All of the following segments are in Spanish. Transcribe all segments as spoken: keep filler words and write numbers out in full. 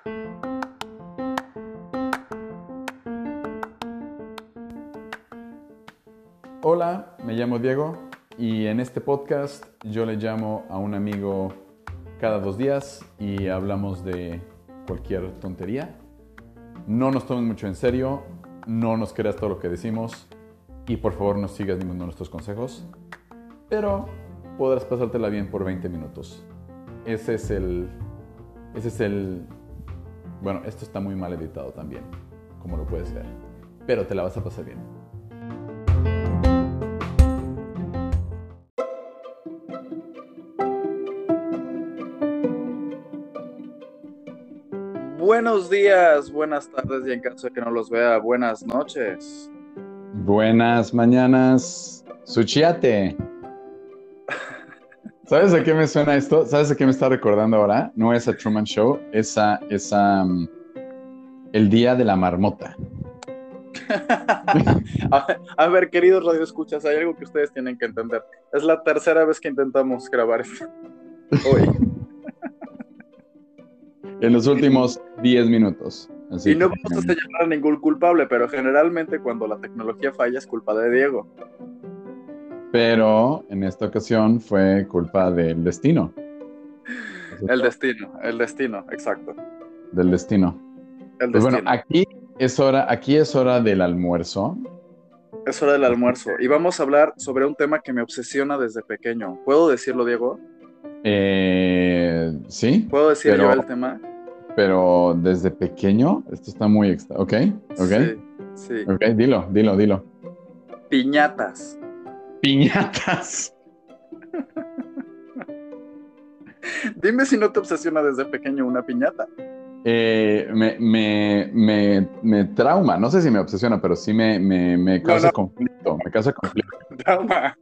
Hola, me llamo Diego y en este podcast yo le llamo a un amigo cada dos días y hablamos de cualquier tontería. No nos tomes mucho en serio, no nos creas todo lo que decimos y por favor no sigas ninguno de nuestros consejos, pero podrás pasártela bien por veinte minutos. Ese es el... Ese es el... Bueno, esto está muy mal editado también, como lo puedes ver, pero te la vas a pasar bien. Buenos días, buenas tardes y en caso de que no los vea, buenas noches. Buenas mañanas, Suchiate. ¿Sabes a qué me suena esto? ¿Sabes a qué me está recordando ahora? No es a Truman Show, es a, es a um, el día de la marmota. a, a ver, queridos radioescuchas, hay algo que ustedes tienen que entender. Es la tercera vez que intentamos grabar esto hoy. En los últimos diez minutos. Así y no que, vamos a señalar a ningún culpable, pero generalmente cuando la tecnología falla es culpa de Diego. Pero en esta ocasión fue culpa del destino. El destino, el destino, exacto. Del destino. El Pues destino. bueno, aquí es hora, aquí es hora del almuerzo. Es hora del almuerzo y vamos a hablar sobre un tema que me obsesiona desde pequeño. ¿Puedo decirlo, Diego? Eh, sí. ¿Puedo decir pero, yo el tema? Pero desde pequeño, esto está muy extra. ¿Ok? ¿Ok? Sí, sí. Ok, dilo, dilo, dilo. Piñatas. Piñatas. Dime si no te obsesiona desde pequeño una piñata. Eh, me, me, me, me trauma, no sé si me obsesiona, pero sí me, me, me causa No, no. conflicto, me causa conflicto. Trauma.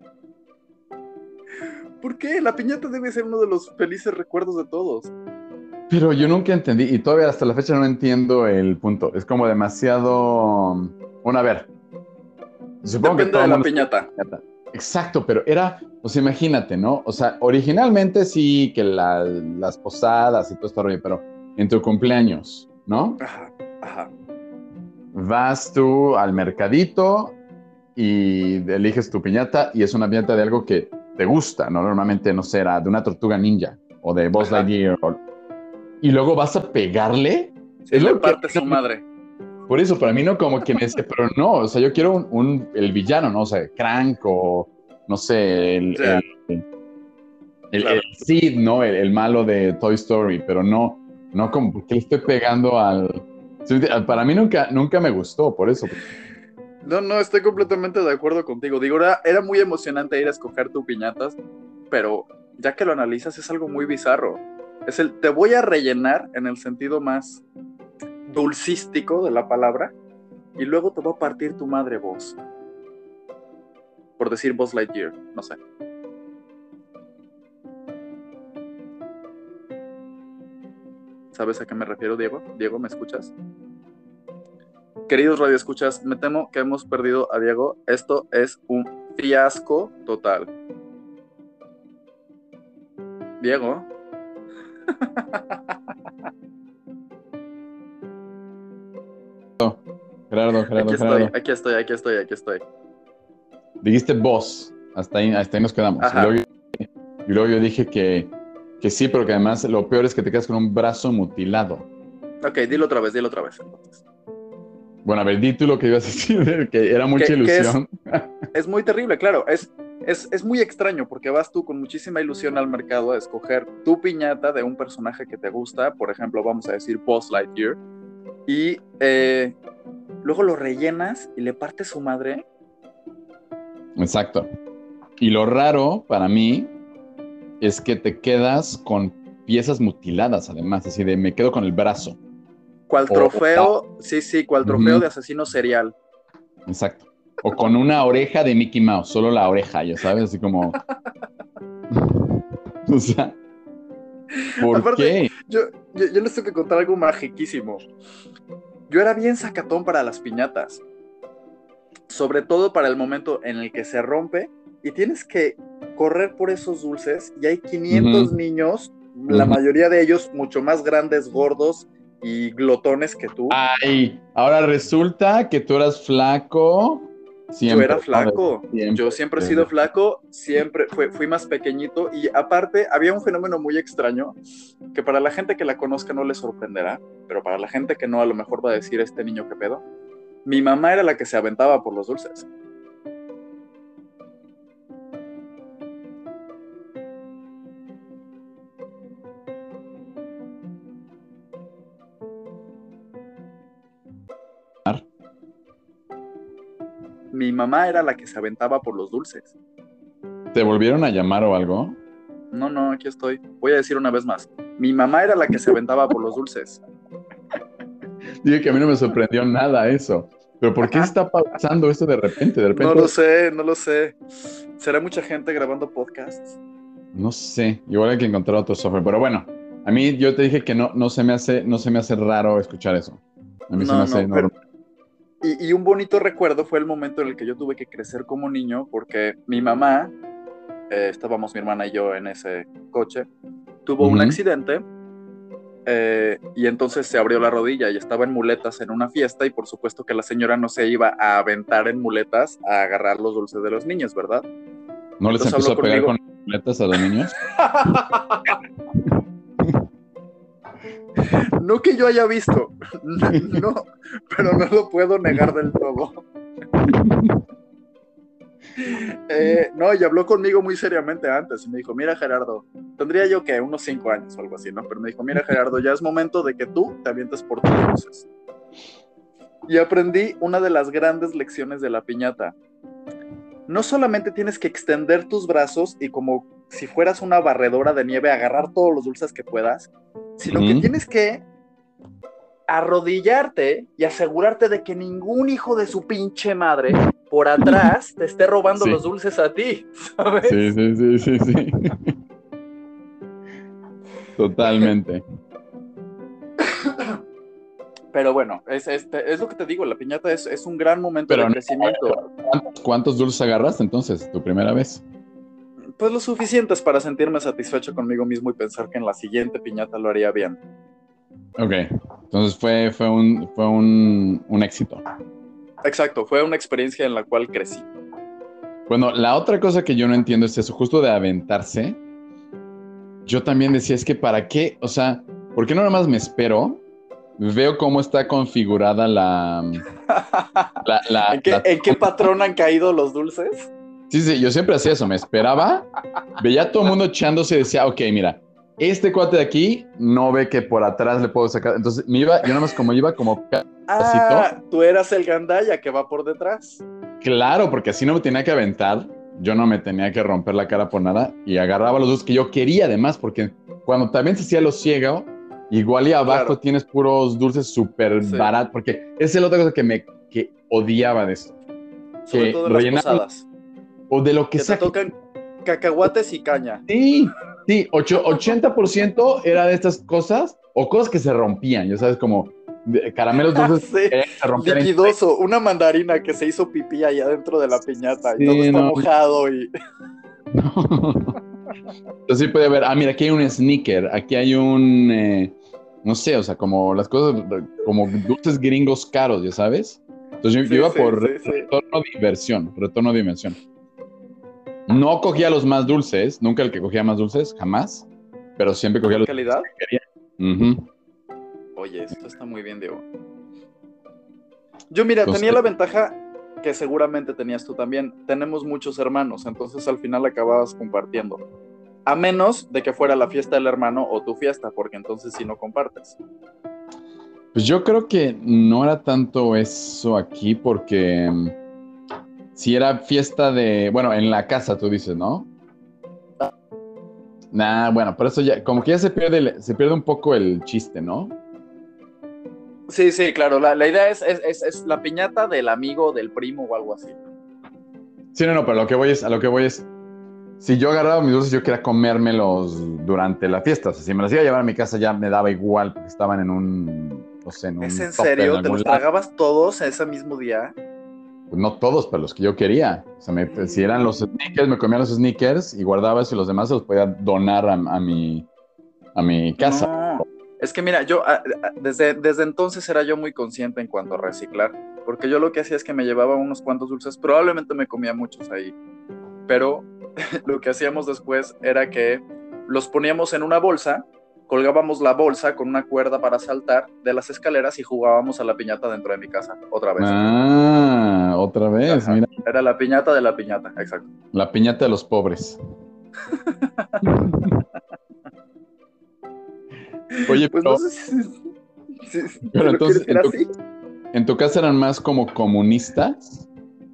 ¿Por qué? La piñata debe ser uno de los felices recuerdos de todos. Pero yo nunca entendí, y todavía hasta la fecha no entiendo el punto. Es como demasiado... Bueno, a ver, supongo que Depende todo de el la mundo... piñata. Exacto, pero era, pues imagínate, ¿no? O sea, originalmente sí que la- las posadas y todo esto rollo, pero en tu cumpleaños, ¿no? Ajá, ajá. Vas tú al mercadito y eliges tu piñata y es una piñata de algo que te gusta, ¿no? Normalmente, no sé, era de una tortuga ninja o de Buzz Ajá. Lightyear. o- Y luego vas a pegarle. Sí, Es le lo que... parte su madre. Por eso, para mí no como que me dice, pero no, o sea, yo quiero un, un- el villano, ¿no? O sea, Crank o, no sé, el, Ya, el, el, el claro. Sid, ¿no? El, el malo de Toy Story, pero no, no como, ¿por qué le estoy pegando al... Sí, para mí nunca, nunca me gustó, por eso. No, no, estoy completamente de acuerdo contigo. Digo, era, era muy emocionante ir a escoger tu piñatas, pero ya que lo analizas es algo muy bizarro. Es el, te voy a rellenar en el sentido más dulcístico de la palabra y luego te va a partir tu madre voz. Por decir Buzz Lightyear, no sé. ¿Sabes a qué me refiero, Diego? Diego, ¿me escuchas? Queridos radioescuchas, me temo que hemos perdido a Diego. Esto es un fiasco total. Diego. Gerardo, Gerardo, Aquí Gerardo. estoy, aquí estoy, aquí estoy, aquí estoy. Dijiste vos, hasta ahí, hasta ahí nos quedamos. Y Ajá. luego, y luego yo dije que, que sí, pero que además lo peor es que te quedas con un brazo mutilado. Ok, dilo otra vez, dilo otra vez. Entonces. Bueno, a ver, di tú lo que ibas a decir, que era mucha Que, que es, ilusión. es muy terrible, claro. Es, es, es muy extraño porque vas tú con muchísima ilusión al mercado a escoger tu piñata de un personaje que te gusta. Por ejemplo, vamos a decir Buzz Lightyear. Y eh, luego lo rellenas y le partes su madre. Exacto. Y lo raro para mí es que te quedas con piezas mutiladas, además, así de me quedo con el brazo. Cual O, trofeo, o, sí, sí, cual trofeo uh-huh. de asesino serial. Exacto. O con una oreja de Mickey Mouse, solo la oreja, ya sabes, así como... O sea, ¿por Aparte, qué? yo, yo, yo les tengo que contar algo magiquísimo. Yo era bien sacatón para las piñatas. Sobre todo para el momento en el que se rompe y tienes que correr por esos dulces y hay quinientos Uh-huh. niños, la Uh-huh. mayoría de ellos mucho más grandes, gordos y glotones que tú. Ay, ahora resulta que tú eras flaco. Siempre, yo era flaco, siempre, yo siempre he sido flaco, siempre fui, fui más pequeñito y aparte había un fenómeno muy extraño que para la gente que la conozca no le sorprenderá, pero para la gente que no a lo mejor va a decir este niño qué pedo. Mi mamá era la que se aventaba por los dulces. Mi mamá era la que se aventaba por los dulces. ¿Te volvieron a llamar o algo? No, no, aquí estoy. Voy a decir una vez más. Mi mamá era la que se aventaba por los dulces. Dije que a mí no me sorprendió nada eso. Pero ¿por qué Ajá. está pasando esto de repente? De repente. No lo sé, no lo sé. ¿Será mucha gente grabando podcasts? No sé. Igual hay que encontrar otro software. Pero bueno, a mí yo te dije que no, no se me hace, no se me hace raro escuchar eso. A mí se me No, hace no, pero... normal. Y, y un bonito recuerdo fue el momento en el que yo tuve que crecer como niño porque mi mamá, eh, estábamos mi hermana y yo en ese coche, tuvo un Ujú. accidente eh, y entonces se abrió la rodilla y estaba en muletas en una fiesta y por supuesto que la señora no se iba a aventar en muletas a agarrar los dulces de los niños, ¿verdad? ¿No les Entonces empezó habló a pegar conmigo. con las muletas a los niños? No que yo haya visto, no, pero no lo puedo negar del todo. Eh, no, y habló conmigo muy seriamente antes y me dijo, mira Gerardo, tendría yo que unos cinco años o algo así, ¿no? Pero me dijo, mira Gerardo, ya es momento de que tú te avientes por tus dulces. Y aprendí una de las grandes lecciones de la piñata. No solamente tienes que extender tus brazos y como si fueras una barredora de nieve agarrar todos los dulces que puedas, sino Ujú. que tienes que arrodillarte y asegurarte de que ningún hijo de su pinche madre por atrás te esté robando Sí. los dulces a ti, ¿sabes? Sí, sí, sí, sí, sí. Totalmente. Pero bueno, es, es, es lo que te digo, la piñata es, es un gran momento Pero de no, crecimiento. ¿cuántos, cuántos dulces agarraste entonces, tu primera vez? Pues lo suficientes para sentirme satisfecho conmigo mismo y pensar que en la siguiente piñata lo haría bien. Ok, entonces fue, fue, un, fue un, un éxito. Exacto, fue una experiencia en la cual crecí. Bueno, la otra cosa que yo no entiendo es eso, justo de aventarse. Yo también decía, es que ¿para qué? O sea, ¿por qué no nada más me espero? Veo cómo está configurada la... la, la, ¿En qué, la ¿En qué patrón han caído los dulces? Sí, sí, yo siempre hacía eso, me esperaba, veía a todo el mundo echándose y decía, ok, mira, este cuate de aquí no ve que por atrás le puedo sacar. Entonces me iba, yo nada más como iba como pedacito. Ah, tú eras el gandaya que va por detrás. Claro, porque así no me tenía que aventar, yo no me tenía que romper la cara por nada y agarraba los dulces que yo quería además, porque cuando también se hacía lo ciego, igual y abajo Claro. tienes puros dulces súper Sí. baratos, porque esa es la otra cosa que me que odiaba de esto. Sobre Que todo en las rellenaban- posadas. o de lo que, Que sea. te tocan cacahuates y caña. Sí, sí, ocho- ochenta por ciento era de estas cosas o cosas que se rompían, ya sabes, como de- caramelos dulces Sí, que se rompían. en- liquidoso, una mandarina que se hizo pipí ahí adentro de la piñata y Sí, todo está no. mojado y... Entonces sí puede haber, ah, mira, aquí hay un sneaker, aquí hay un, eh, no sé, o sea, como las cosas, como dulces gringos caros, ya sabes. Entonces yo, Sí, yo iba sí, por sí, sí. retorno de inversión, retorno de inversión. No cogía los más dulces, nunca el que cogía más dulces, jamás, pero siempre cogía los ¿Calidad? que quería. Ujú. Oye, esto está muy bien, Diego. Yo, mira, Pues, tenía la ventaja que seguramente tenías tú también. Tenemos muchos hermanos, entonces al final acababas compartiendo. A menos de que fuera la fiesta del hermano o tu fiesta, porque entonces sí no compartes. Pues yo creo que no era tanto eso aquí porque mm, si era fiesta de, bueno, en la casa tú dices, ¿no? Nah, bueno, por eso ya, como que ya se pierde, el- se pierde un poco el chiste, ¿no? Sí, sí, claro. La, la idea es, es, es, es la piñata del amigo, del primo o algo así. Sí, no, no, pero lo que voy es, a lo que voy es, si yo agarraba mis dulces, yo quería comérmelos durante la fiesta. O sea, si me los iba a llevar a mi casa ya me daba igual porque estaban en un, no sé, en un ¿Es en topper serio? ¿Te algún los lado. tragabas todos ese mismo día? Pues no todos, pero los que yo quería. O sea, me- si eran los sneakers, me comía los sneakers y guardaba eso y los demás se los podía donar a, a mi, a mi casa. No. Es que mira, yo a- a- desde, desde entonces era yo muy consciente en cuanto a reciclar, porque yo lo que hacía es que me llevaba unos cuantos dulces, probablemente me comía muchos ahí, pero lo que hacíamos después era que los poníamos en una bolsa, colgábamos la bolsa con una cuerda para saltar de las escaleras y jugábamos a la piñata dentro de mi casa, otra vez. Ah, otra vez, Ajá. mira, Era la piñata de la piñata, exacto. la piñata de los pobres. Oye, Pues no pero, sé si, si- si pero lo entonces, quieres ver ¿en tu, así. en tu casa eran más como comunistas?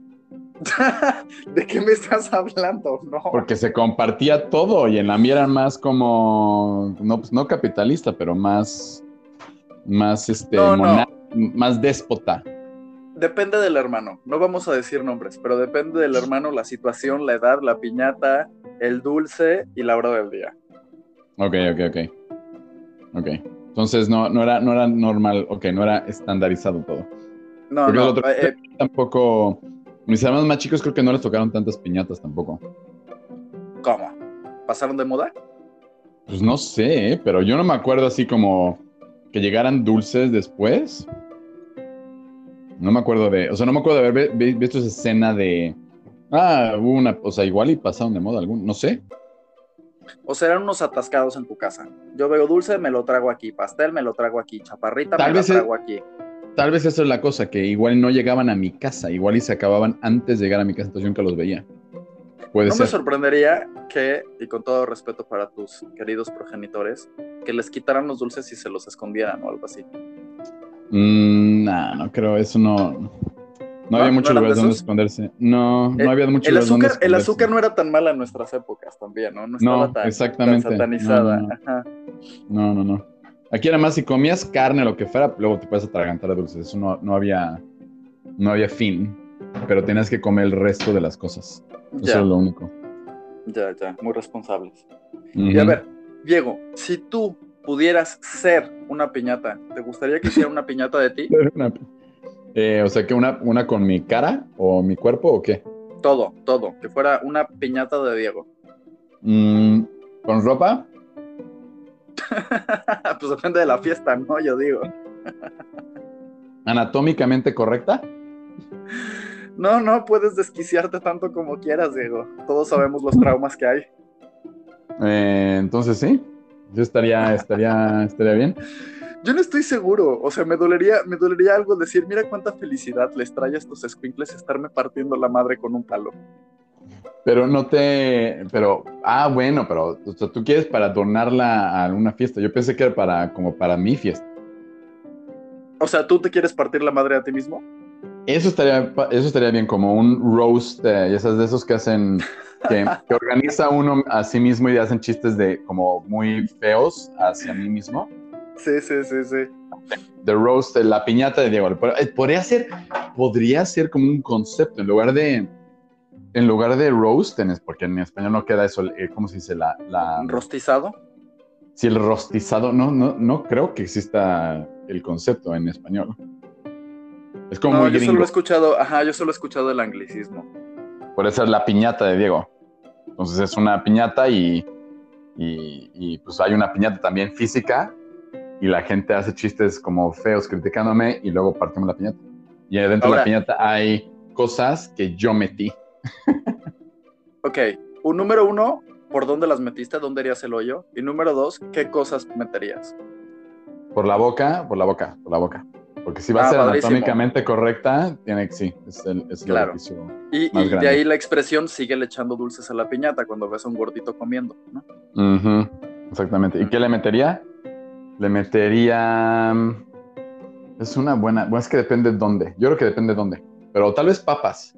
¿De qué me estás hablando? No. Porque se compartía todo y en la mía eran más como, no, pues no capitalista, pero más, más este, No, mona- no. más déspota. Depende del hermano. No vamos a decir nombres, pero depende del hermano, la situación, la edad, la piñata, el dulce y la hora del día. Ok, ok, ok. Ok. Entonces no, no era, no era normal, ok, no era estandarizado todo. No, Porque es lo no. otro, eh, eh, tampoco, mis hermanos más chicos creo que no les tocaron tantas piñatas tampoco. ¿Cómo? ¿Pasaron de moda? Pues no sé, ¿eh? Pero yo no me acuerdo así como que llegaran dulces después. No me acuerdo de, o sea, no me acuerdo de haber vi- visto esa escena de, ah, hubo una, o sea, igual y pasaron de moda algún, no sé. O sea, eran unos atascados en tu casa. Yo veo dulce, me lo trago aquí. Pastel, me lo trago aquí. Chaparrita, me Tal la vez, es- trago aquí. tal vez eso es la cosa, que igual no llegaban a mi casa, igual y se acababan antes de llegar a mi casa, entonces yo nunca los veía. Puede No me ser. sorprendería que, y con todo respeto para tus queridos progenitores, que les quitaran los dulces y se los escondieran o algo así. Mm, nah, no creo, eso no. No había ¿No? ¿No muchos eran de lugares donde esos? esconderse. No, no Eh, había muchos el lugares donde azúcar, el azúcar esconderse. no era tan mala en nuestras épocas también, ¿no? No estaba No, tan, tan exactamente. No, no, satanizada. no. Ajá. No, no, no. Aquí era más si comías carne o lo que fuera, luego te puedes atragantar a dulces. Eso no, no había, no había fin. Pero tenías que comer el resto de las cosas. Eso es Ya, lo único. ya, ya, muy responsables. Y a Ujú. ver, Diego, si tú pudieras ser una piñata, ¿te gustaría que hiciera una piñata de ti? Una- eh, o sea, que una, una con mi cara o mi cuerpo o qué. Todo, todo, que fuera una piñata de Diego. Mm, ¿con ropa? Pues depende de la fiesta, ¿no? Yo digo. ¿Anatómicamente correcta? No, no, puedes desquiciarte tanto como quieras, Diego. Todos sabemos los traumas que hay. Eh, entonces sí. Yo estaría, estaría, estaría bien. Yo no estoy seguro, o sea, me dolería, me dolería algo decir, mira cuánta felicidad les trae a estos escuincles estarme partiendo la madre con un palo. Pero no te, pero, ah, bueno, pero o sea, tú quieres para donarla a una fiesta. Yo pensé que era para, como para mi fiesta. O sea, ¿tú te quieres partir la madre a ti mismo? Eso estaría, pa- eso estaría bien, como un roast, eh, ya sabes, de esos que hacen, que, que organiza uno a sí mismo y hacen chistes de como muy feos hacia mí mismo. Sí, sí, sí, sí. The roast, eh, la piñata de Diego. Pod- eh, Podría ser, podría ser como un concepto, en lugar de, en lugar de roast, en es- porque en español no queda eso, eh, ¿cómo se dice? La, la, ¿Rostizado? si el rostizado, no, no, no creo que exista el concepto en español. Es como No, muy yo solo he gringo. escuchado, ajá, yo solo he escuchado el anglicismo. Puede ser la piñata de Diego. Entonces es una piñata y, y, y, pues hay una piñata también física y la gente hace chistes como feos criticándome y luego partimos la piñata. Y adentro de la Ahora, piñata hay cosas que yo metí. ok, un número uno, ¿por dónde las metiste? ¿Dónde harías el hoyo? Y número dos, ¿qué cosas meterías? Por la boca, por la boca, por la boca. Porque si va a Ah, ser padrísimo, anatómicamente correcta, tiene que sí, es el, es el claro. orificio Y, más y de grande. ahí la expresión, sigue le echando dulces a la piñata cuando ves a un gordito comiendo, ¿no? Ujú, exactamente. ¿Y qué le metería? Le metería... Es una buena... Bueno, es que depende de dónde. Yo creo que depende de dónde. Pero tal vez papas.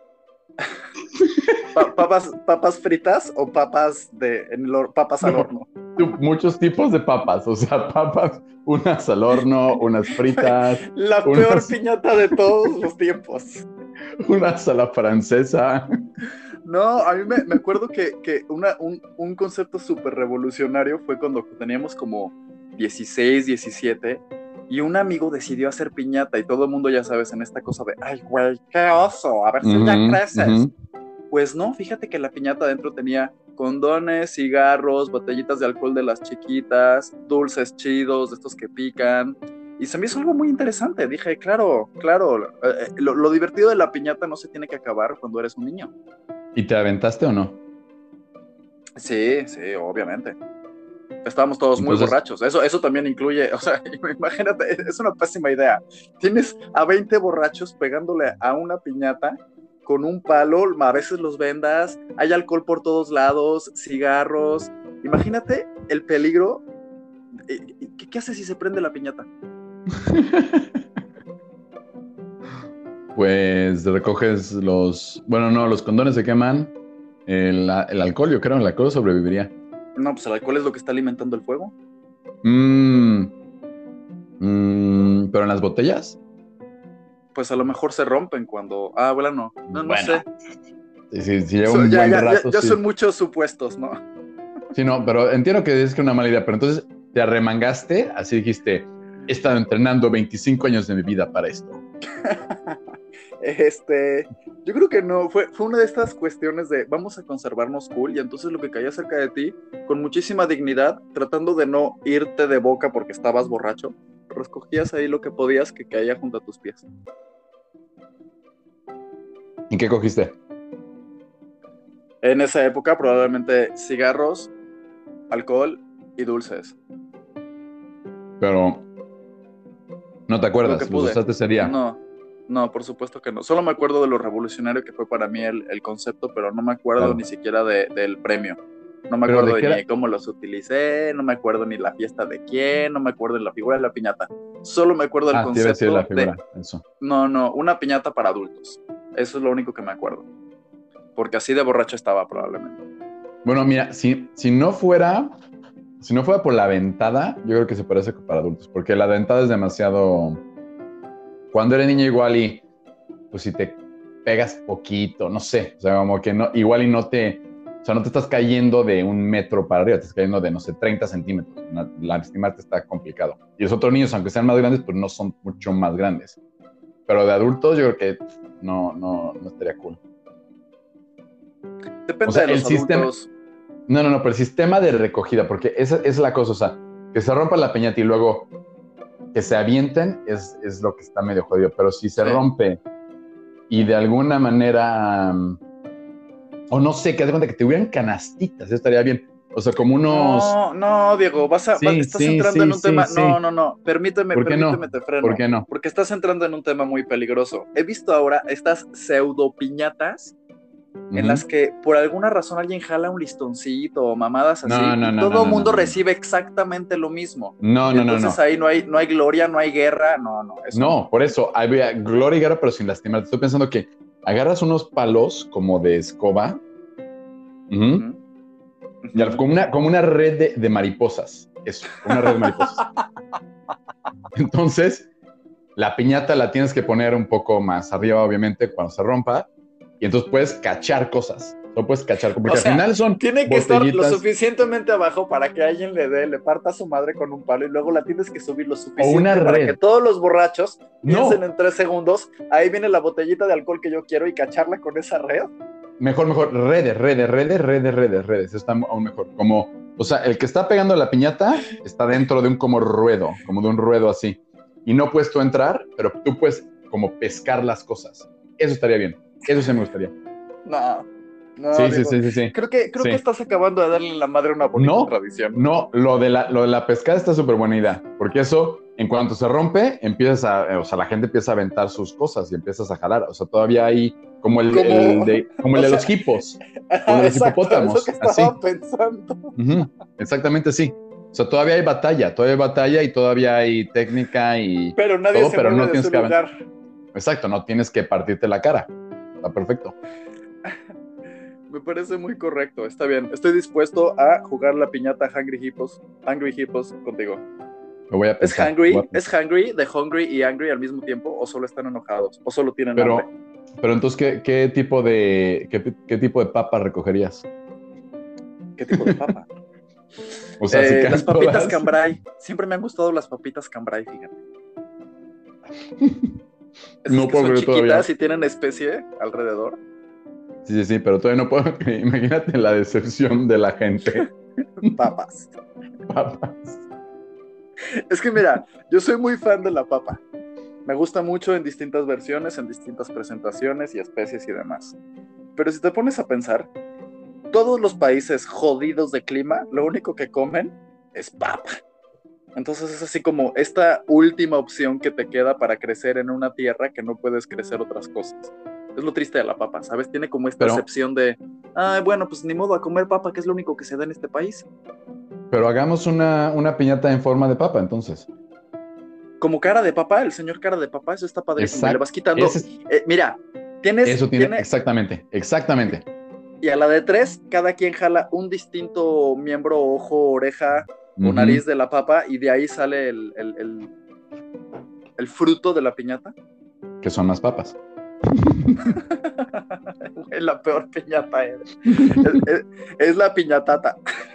Pa- papas, papas fritas o papas de en el hor- papas al No, horno. muchos tipos de papas. O sea, papas, unas al horno, unas fritas, La peor unas, piñata de todos los tiempos. unas a la francesa. No, a mí me, me acuerdo que, que una, un, un concepto súper revolucionario fue cuando teníamos como dieciséis, diecisiete y un amigo decidió hacer piñata y todo el mundo, ya sabes, en esta cosa de, ay, güey, qué oso, a ver si ya Ujú, creces. ujú. Pues no, fíjate que la piñata adentro tenía condones, cigarros, botellitas de alcohol de las chiquitas, dulces chidos, de estos que pican. Y se me hizo algo muy interesante. Dije, claro, claro, eh, lo, lo divertido de la piñata no se tiene que acabar cuando eres un niño. ¿Y te aventaste o no? Sí, sí, obviamente. Estábamos todos Entonces, muy borrachos. Eso, eso también incluye, o sea, imagínate, es una pésima idea. Tienes a veinte borrachos pegándole a una piñata con un palo, a veces los vendas, hay alcohol por todos lados, cigarros. Imagínate el peligro. ¿Qué, qué haces si se prende la piñata? Pues recoges los... Bueno, no, los condones se queman. El, el alcohol, yo creo, el alcohol sobreviviría. No, pues el alcohol es lo que está alimentando el fuego. Mm, mm, ¿Pero en las botellas? Pues a lo mejor se rompen cuando... Ah, bueno, no, no, no bueno, sé. Si, si, si lleva So, un ya, buen ya, rato, ya, ya sí. son muchos supuestos, ¿no? Sí, no, pero entiendo que es que una mala idea. Pero entonces te arremangaste, así dijiste, he estado entrenando veinticinco años de mi vida para esto. Este, yo creo que no, fue, fue una de estas cuestiones de vamos a conservarnos cool, y entonces lo que caía cerca de ti, con muchísima dignidad, tratando de no irte de boca porque estabas borracho, recogías ahí lo que podías que caía junto a tus pies. ¿Y qué cogiste? En esa época probablemente cigarros, alcohol y dulces. Pero no te Lo acuerdas, que los pude. usaste ese día. No, no, por supuesto que no. Solo me acuerdo de lo revolucionario que fue para mí el, el concepto, pero no me acuerdo Claro. ni siquiera de, del premio. No me Pero acuerdo ¿de de qué ni era? cómo los utilicé, no me acuerdo ni la fiesta de quién, no me acuerdo de la figura de la piñata. Solo me acuerdo del Ah, te iba a decir concepto la figura, de, eso. no, no, una piñata para adultos. Eso es lo único que me acuerdo. Porque así de borracho estaba probablemente. Bueno, mira, si, si no fuera, si no fuera por la ventada, yo creo que se parece para adultos, porque la ventada es demasiado... Cuando eres niño igual y, pues si te pegas poquito, no sé, o sea, como que no, igual y no te, o sea, no te estás cayendo de un metro para arriba, te estás cayendo de, no sé, treinta centímetros, lastimarte está complicado. Y los otros niños, aunque sean más grandes, pues no son mucho más grandes. Pero de adultos yo creo que no, no, no estaría cool. Depende o sea, de los el sistema, adultos. No, no, no, pero el sistema de recogida, porque esa, esa es la cosa, o sea, que se rompa la piñata y luego que se avienten es, es lo que está medio jodido, pero si se Sí. rompe y de alguna manera, um, o no sé, que haz de cuenta que te hubieran canastitas, eso estaría bien. O sea, como unos... No, no, Diego, vas a, Sí, vas- estás sí, entrando sí, en un sí, tema. sí. No, no, no, permíteme, ¿Por qué no? permíteme, te freno. ¿Por qué no? Porque estás entrando en un tema muy peligroso. He visto ahora estas pseudo piñatas Uh-huh. en las que por alguna razón alguien jala un listoncito o mamadas así, No, no, y no, todo no, el no, mundo no, no. recibe exactamente lo mismo. No, Y no, no, entonces no. ahí no hay, no hay gloria, no hay guerra, no, no, eso no. No, por eso, había gloria y guerra, pero sin lastimarte. Estoy pensando que agarras unos palos como de escoba, uh-huh, Ujú. y al- como, una, como una red de, de mariposas. Eso, una red de mariposas. Entonces, la piñata la tienes que poner un poco más arriba, obviamente, cuando se rompa, y entonces puedes cachar cosas. No puedes cachar, porque O sea, al final son tiene que estar lo botellitas. suficientemente abajo para que alguien le dé, le parta a su madre con un palo, y luego la tienes que subir lo suficiente una para red. que todos los borrachos piensen No. en tres segundos, ahí viene la botellita de alcohol que yo quiero, y cacharla con esa red. Mejor, mejor, redes, redes, redes, redes, redes, redes. Eso está aún mejor. Como, o sea, el que está pegando la piñata está dentro de un como ruedo, como de un ruedo así. Y no puedes tú entrar, pero tú puedes como pescar las cosas. Eso estaría bien. Eso sí me gustaría. No, no, Sí, sí, Diego. sí, sí, sí. Creo que, creo Sí. que estás acabando de darle la madre a una bonita No, tradición. no, lo de la, lo de la pescada está súper buena idea, porque eso, en cuanto se rompe, empiezas a, o sea, la gente empieza a aventar sus cosas y empiezas a jalar. O sea, todavía hay como el, Como- el de, como el o de sea, los hipos, como de los Exacto, hipopótamos, eso que estaba así. pensando. Uh-huh. Exactamente, sí. O sea, todavía hay batalla, todavía hay batalla y todavía hay técnica y Pero nadie todo, se pero mueve no de tienes su que lugar. Exacto, no tienes que partirte la cara. Está perfecto. Me parece muy correcto, está bien. Estoy dispuesto a jugar la piñata Hungry Hippos, Hungry Hippos contigo. Lo voy a ¿Es pensar. hungry? Voy a pensar. ¿Es hungry, de hungry y angry al mismo tiempo? ¿O solo están enojados? ¿O solo tienen Pero, hambre? pero entonces, ¿qué, qué tipo de qué, qué tipo de papa recogerías? ¿Qué tipo de papa? O sea, Eh, si caen las papitas todas. cambray. Siempre me han gustado las papitas cambray, fíjate. Esas No que puedo son creer chiquitas todavía. y tienen especie alrededor. Sí, sí, sí, pero todavía no puedo. Imagínate la decepción de la gente. Papas. Papas. Es que mira, yo soy muy fan de la papa. Me gusta mucho en distintas versiones, en distintas presentaciones y especies y demás. Pero si te pones a pensar, todos los países jodidos de clima, lo único que comen es papa. Entonces es así como esta última opción que te queda para crecer en una tierra que no puedes crecer otras cosas. Es lo triste de la papa, ¿sabes? Tiene como esta Pero, acepción de, ah, bueno, pues ni modo a comer papa, que es lo único que se da en este país. pero hagamos una, una piñata en forma de papa, entonces. Como cara de papa, el señor cara de papa, eso está padrísimo. Y le Exacto. vas quitando, Ese es- eh, mira, tienes, eso tiene, tiene, exactamente, exactamente. y a la de tres, cada quien jala un distinto miembro, ojo, oreja o Ujú. nariz de la papa, y de ahí sale el, el, el, el fruto de la piñata. Que son más papas. Güey, la peor piñata es, es, es, es la piñatata.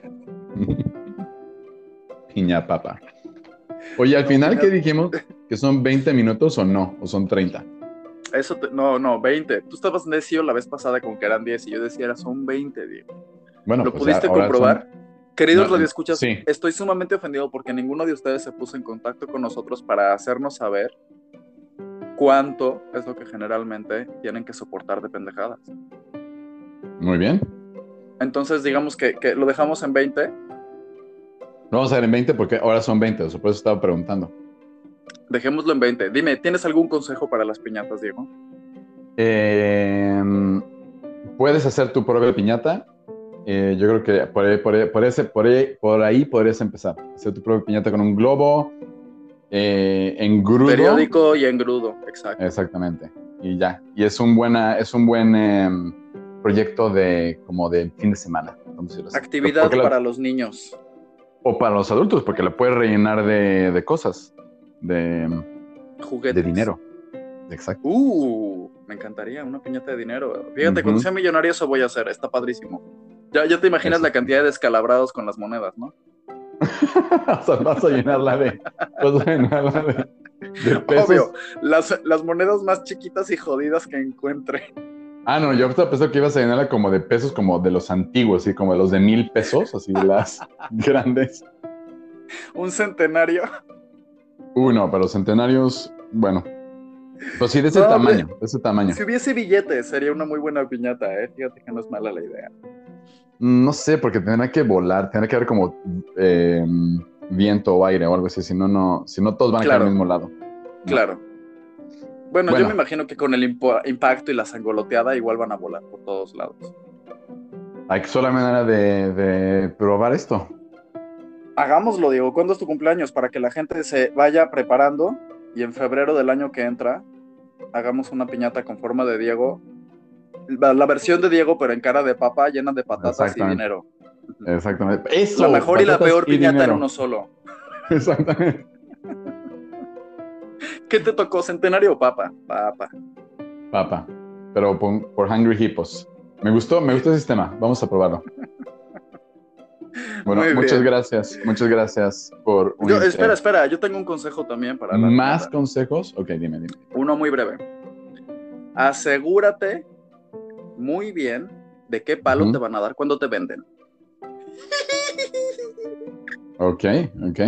Piña papa. Oye, al No, final, piña- ¿qué dijimos? ¿Que son veinte minutos o no? ¿O son treinta? Eso te- no, no, veinte. Tú estabas necio la vez pasada con que eran diez y yo decía, era, son veinte, Diego. Bueno, ¿Lo pues ya, pudiste ahora comprobar? son... Queridos No, radioescuchas, sí, estoy sumamente ofendido porque ninguno de ustedes se puso en contacto con nosotros para hacernos saber cuánto es lo que generalmente tienen que soportar de pendejadas. muy bien. Entonces, digamos que, que lo dejamos en veinte. Lo vamos a ver en veinte porque ahora son veinte, o sea, por eso estaba preguntando. Dejémoslo en veinte. Dime, ¿tienes algún consejo para las piñatas, Diego? Eh, puedes hacer tu propia piñata. Eh, yo creo que por ahí, por, ahí, por, ese, por, ahí, por ahí podrías empezar. Hacer tu propia piñata con un globo, eh, engrudo. Periódico y engrudo, exacto. Exactamente. Y ya. Y es un, buena, es un buen eh, proyecto de, como de fin de semana. Vamos a decirlo así. Actividad Porque la- para los niños. o para los adultos, porque la puedes rellenar de, de cosas, de, Juguetes. de dinero. Exacto. Uh, me encantaría una piñata de dinero. Fíjate, Ujú. cuando sea millonario eso voy a hacer, está padrísimo. Ya, ya te imaginas Eso la sí. cantidad de descalabrados con las monedas, ¿no? O sea, vas a llenarla de, vas a llenarla de, de pesos. Obvio, las, las monedas más chiquitas y jodidas que encuentre. Ah, no, yo estaba pensando que ibas a llenarla como de pesos, como de los antiguos, así como de los de mil pesos, así de las grandes. Un centenario. Uy, no, para los centenarios, bueno. Pues sí, de ese No, tamaño, hombre, de ese tamaño. si hubiese billetes sería una muy buena piñata, ¿eh? Fíjate que no es mala la idea. No sé, porque tendrá que volar, tendrá que haber como eh, viento o aire o algo así, si no, no, si no todos van a Claro. caer al mismo lado. No. Claro. Bueno, Bueno. yo me imagino que con el impo- impacto y la sangoloteada igual van a volar por todos lados. Hay que sola manera de, de probar esto. Hagámoslo, Diego. ¿Cuándo es tu cumpleaños? Para que la gente se vaya preparando y en febrero del año que entra hagamos una piñata con forma de Diego. La, la versión de Diego, pero en cara de papa, llena de patatas y Exactamente. dinero. Exactamente. Eso. La mejor y la patatas peor y piñata dinero. en uno solo. Exactamente. ¿Qué te tocó, centenario o papa? Papa. Papa. Pero por, por Hungry Hippos. Me gustó, me gustó el sistema. Vamos a probarlo. Bueno, Muy muchas bien. gracias. Muchas gracias por Yo, unirte. espera, espera. Yo tengo un consejo también para la ¿Más piñata. consejos? Ok, dime, dime. Uno muy breve. Asegúrate muy bien de qué palo Ujú. te van a dar cuando te venden. Ok, ok.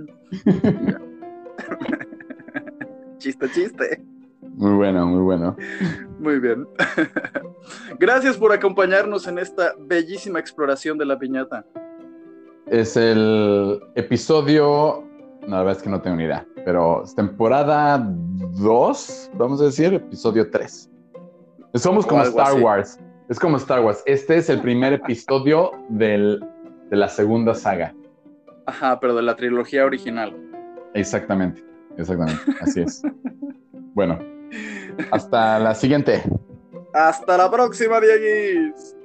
Chiste, chiste. Muy bueno, muy bueno. Muy bien. Gracias por acompañarnos en esta bellísima exploración de la piñata. Es el episodio... No, la verdad es que no tengo ni idea. Pero es temporada dos, vamos a decir, episodio tres. Somos O como algo Star así. Wars. Es como Star Wars. Este es el primer episodio del, de la segunda saga. Ajá, pero de la trilogía original. Exactamente, exactamente. Así es. Bueno, hasta la siguiente. Hasta la próxima, Dieguis.